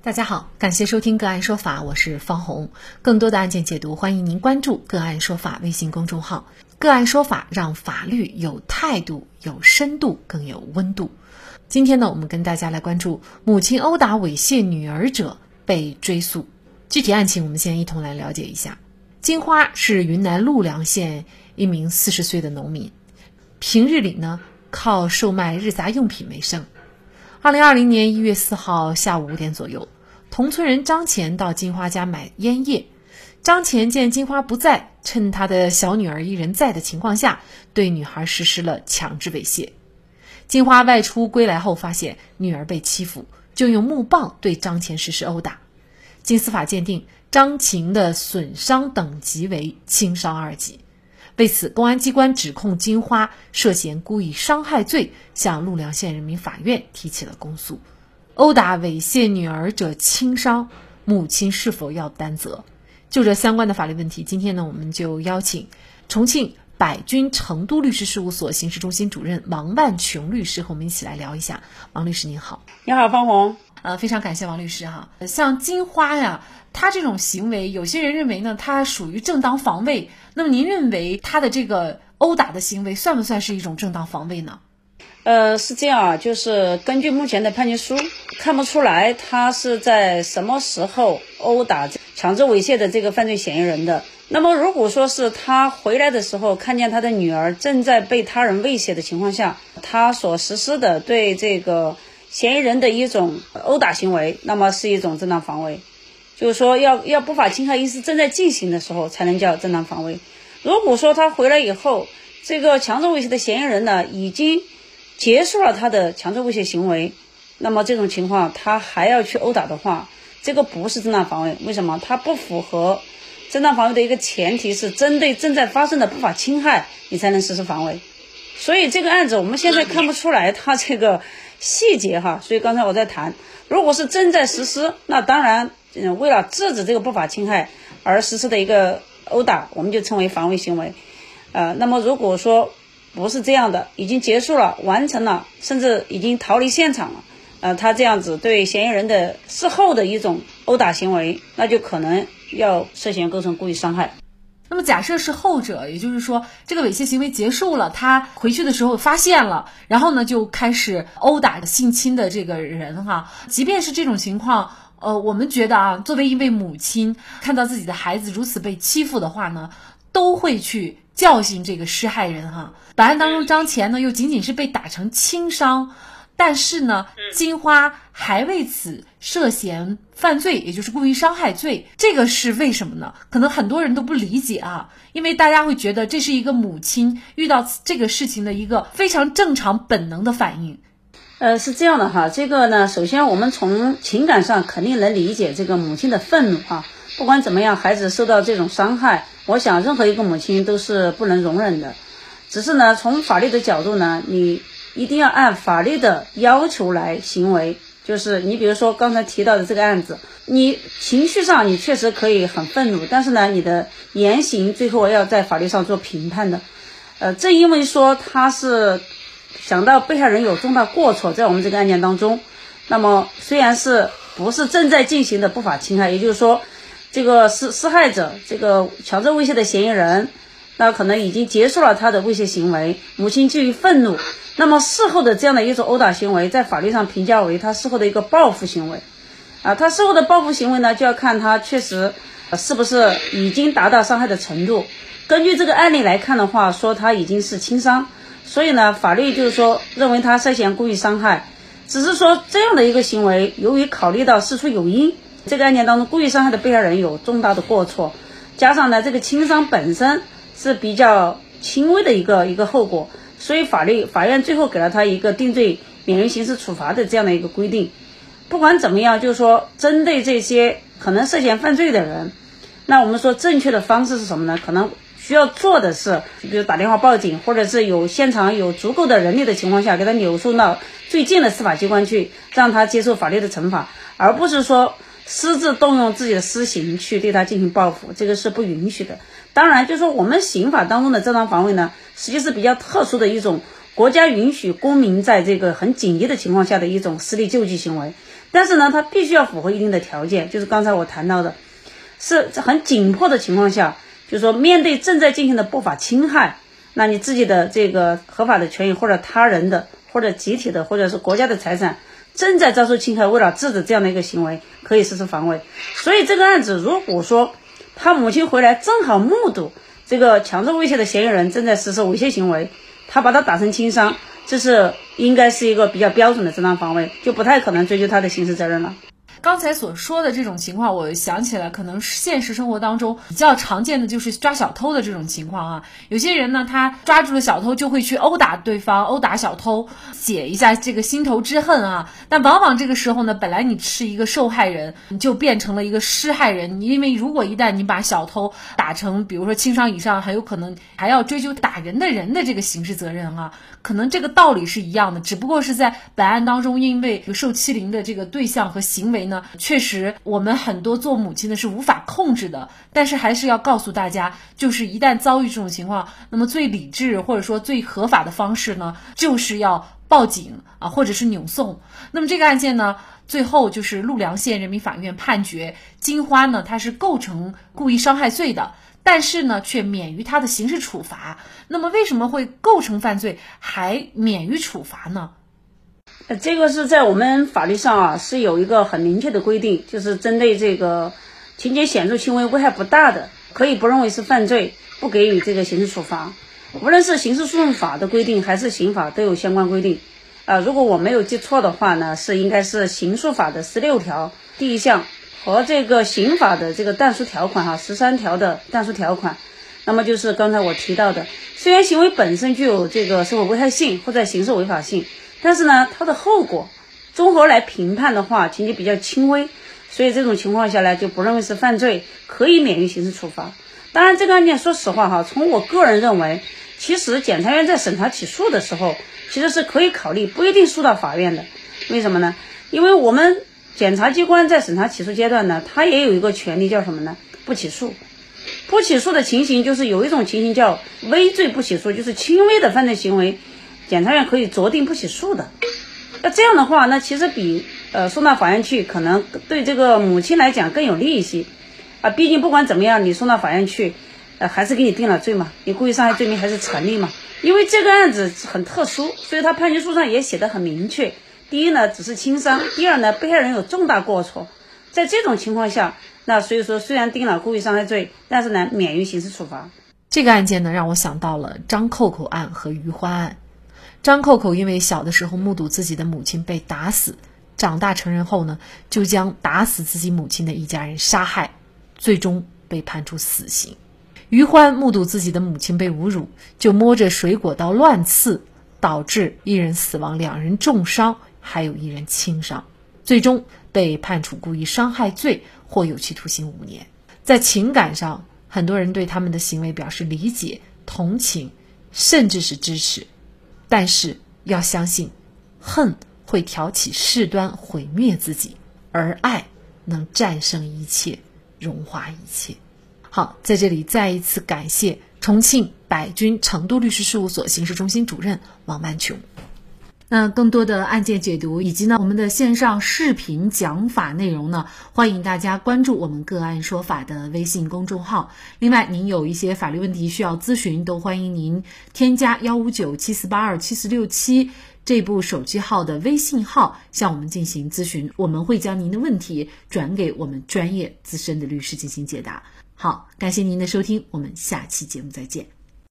大家好，感谢收听个案说法，我是方红。更多的案件解读，欢迎您关注个案说法微信公众号。个案说法让法律有态度、有深度、更有温度。今天呢，我们跟大家来关注母亲殴打猥亵女儿者被追诉。具体案情我们先一同来了解一下。金花是云南陆良县一名40岁的农民，平日里呢靠售卖日杂用品为生。2020年1月4号下午5点左右，同村人张前到金花家买烟叶。张前见金花不在，趁他的小女儿一人在的情况下，对女孩实施了强制猥亵。金花外出归来后发现女儿被欺负，就用木棒对张前实施殴打。经司法鉴定，张琴的损伤等级为轻伤2级。为此，公安机关指控金花涉嫌故意伤害罪，向陆良县人民法院提起了公诉。殴打猥亵女儿者轻伤，母亲是否要担责？就这相关的法律问题，今天呢，我们就邀请重庆百君成都律师事务所刑事中心主任王万琼律师和我们一起来聊一下。王律师您好。 你好，方红。 非常感谢王律师哈。像金花呀，她这种行为，有些人认为呢，她属于正当防卫。那么您认为她的这个殴打的行为算不算是一种正当防卫呢？ 是这样啊，就是根据目前的判决书，看不出来他是在什么时候殴打强制猥亵的这个犯罪嫌疑人的。那么如果说是他回来的时候看见他的女儿正在被他人猥亵的情况下，他所实施的对这个嫌疑人的一种殴打行为，那么是一种正当防卫。就是说要不法侵害意识正在进行的时候才能叫正当防卫。如果说他回来以后，这个强制猥亵的嫌疑人呢已经结束了他的强制猥亵行为，那么这种情况他还要去殴打的话，这个不是正当防卫。为什么？它不符合正当防卫的一个前提是针对正在发生的不法侵害你才能实施防卫。所以这个案子我们现在看不出来他这个细节哈，所以刚才我在谈，如果是正在实施，那当然为了制止这个不法侵害而实施的一个殴打，我们就称为防卫行为。那么如果说不是这样的，已经结束了，完成了，甚至已经逃离现场了，他这样子对嫌疑人的事后的一种殴打行为，那就可能要涉嫌构成故意伤害。 那么假设是后者，也就是说这个猥亵行为结束了，他回去的时候发现了，然后呢就开始殴打性侵的这个人哈。即便是这种情况，我们觉得啊，作为一位母亲，看到自己的孩子如此被欺负的话呢，都会去教训这个施害人哈。本案当中，张前呢又仅仅是被打成轻伤，但是呢，金花还为此涉嫌犯罪，也就是故意伤害罪。这个是为什么呢？可能很多人都不理解啊，因为大家会觉得这是一个母亲遇到这个事情的一个非常正常本能的反应。 是这样的哈，这个呢，首先我们从情感上肯定能理解这个母亲的愤怒啊。不管怎么样，孩子受到这种伤害，我想任何一个母亲都是不能容忍的。只是呢，从法律的角度呢，你一定要按法律的要求来行为。就是你比如说刚才提到的这个案子，你情绪上你确实可以很愤怒，但是呢，你的言行最后要在法律上做评判的。正因为说他是想到被害人有重大过错在我们这个案件当中，那么虽然是不是正在进行的不法侵害，也就是说这个施害者，这个强制猥亵的嫌疑人，那可能已经结束了他的猥亵行为，母亲基于愤怒，那么事后的这样的一种殴打行为，在法律上评价为他事后的一个报复行为他事后的报复行为呢，就要看他确实是不是已经达到伤害的程度。根据这个案例来看的话，说他已经是轻伤，所以呢，法律就是说认为他涉嫌故意伤害。只是说这样的一个行为，由于考虑到事出有因，这个案件当中故意伤害的被害人有重大的过错，加上呢这个轻伤本身是比较轻微的一个后果，所以法院最后给了他一个定罪免于刑事处罚的这样的一个规定。不管怎么样，就是说针对这些可能涉嫌犯罪的人，那我们说正确的方式是什么呢？可能需要做的是，比如打电话报警，或者是有现场有足够的人力的情况下，给他扭送到最近的司法机关去，让他接受法律的惩罚，而不是说私自动用自己的私刑去对他进行报复，这个是不允许的。当然就是说我们刑法当中的正当防卫呢，实际是比较特殊的一种国家允许公民在这个很紧急的情况下的一种私利救济行为。 但是呢，它必须要符合一定的条件，就是刚才我谈到的，是在很紧迫的情况下，就是说面对正在进行的不法侵害，那你自己的这个合法的权益或者他人的或者集体的或者是国家的财产正在遭受侵害，为了制止这样的一个行为，可以实施防卫。所以这个案子如果说他母亲回来正好目睹这个强制威胁的嫌疑人正在实施猥亵行为，他把他打成轻伤，这是应该是一个比较标准的正当防卫，就不太可能追究他的刑事责任了。 刚才所说的这种情况，我想起来可能现实生活当中比较常见的就是抓小偷的这种情况啊。有些人呢，他抓住了小偷就会去殴打对方，殴打小偷，解一下这个心头之恨啊。但往往这个时候呢，本来你是一个受害人，你就变成了一个施害人。因为如果一旦你把小偷打成比如说轻伤以上，很有可能还要追究打人的人的这个刑事责任啊。可能这个道理是一样的，只不过是在本案当中，因为受欺凌的这个对象和行为呢，确实我们很多做母亲的是无法控制的。但是还是要告诉大家，就是一旦遭遇这种情况，那么最理智或者说最合法的方式呢，就是要报警啊，或者是扭送。那么这个案件呢，最后就是陆良县人民法院判决金花呢，她是构成故意伤害罪的，但是呢却免于他的刑事处罚。那么为什么会构成犯罪还免于处罚呢？ 这个是在我们法律上啊是有一个很明确的规定，就是针对这个情节显著轻微危害不大的，可以不认为是犯罪，不给予这个刑事处罚。无论是刑事诉讼法的规定还是刑法都有相关规定如果我没有记错的话呢，应该是刑诉法的16条第1项和这个刑法的这个但书条款13条的但书条款。那么就是刚才我提到的，虽然行为本身具有这个社会危害性或者刑事违法性，但是呢它的后果综合来评判的话情节比较轻微，所以这种情况下来就不认为是犯罪，可以免于刑事处罚。当然这个案件说实话从我个人认为，其实检察院在审查起诉的时候其实是可以考虑不一定诉到法院的。为什么呢？因为我们检察机关在审查起诉阶段呢，它也有一个权利叫什么呢？不起诉。不起诉的情形就是有一种情形叫微罪不起诉，就是轻微的犯罪行为检察院可以酌定不起诉的。那这样的话那其实比送到法院去可能对这个母亲来讲更有利一些毕竟不管怎么样你送到法院去还是给你定了罪嘛，你故意伤害罪名还是成立嘛。因为这个案子很特殊，所以他判决书上也写得很明确，第一呢只是轻伤，第二呢被害人有重大过错。在这种情况下，那所以说虽然定了故意伤害罪，但是呢免于刑事处罚。 这个案件呢让我想到了张扣扣案和于欢案。张扣扣因为小的时候目睹自己的母亲被打死，长大成人后呢就将打死自己母亲的一家人杀害，最终被判处死刑。于欢目睹自己的母亲被侮辱，就摸着水果刀乱刺，导致一人死亡，2人重伤，还有1人轻伤，最终被判处故意伤害罪，或有期徒刑5年。在情感上，很多人对他们的行为表示理解、同情，甚至是支持。但是要相信，恨会挑起事端，毁灭自己，而爱能战胜一切，融化一切。好，在这里再一次感谢重庆百君成都律师事务所刑事中心主任王曼琼。那更多的案件解读以及呢我们的线上视频讲法内容呢，欢迎大家关注我们个案说法的微信公众号。另外您有一些法律问题需要咨询，都欢迎您添加15974827467这部手机号的微信号向我们进行咨询，我们会将您的问题转给我们专业资深的律师进行解答。好，感谢您的收听，我们下期节目再见。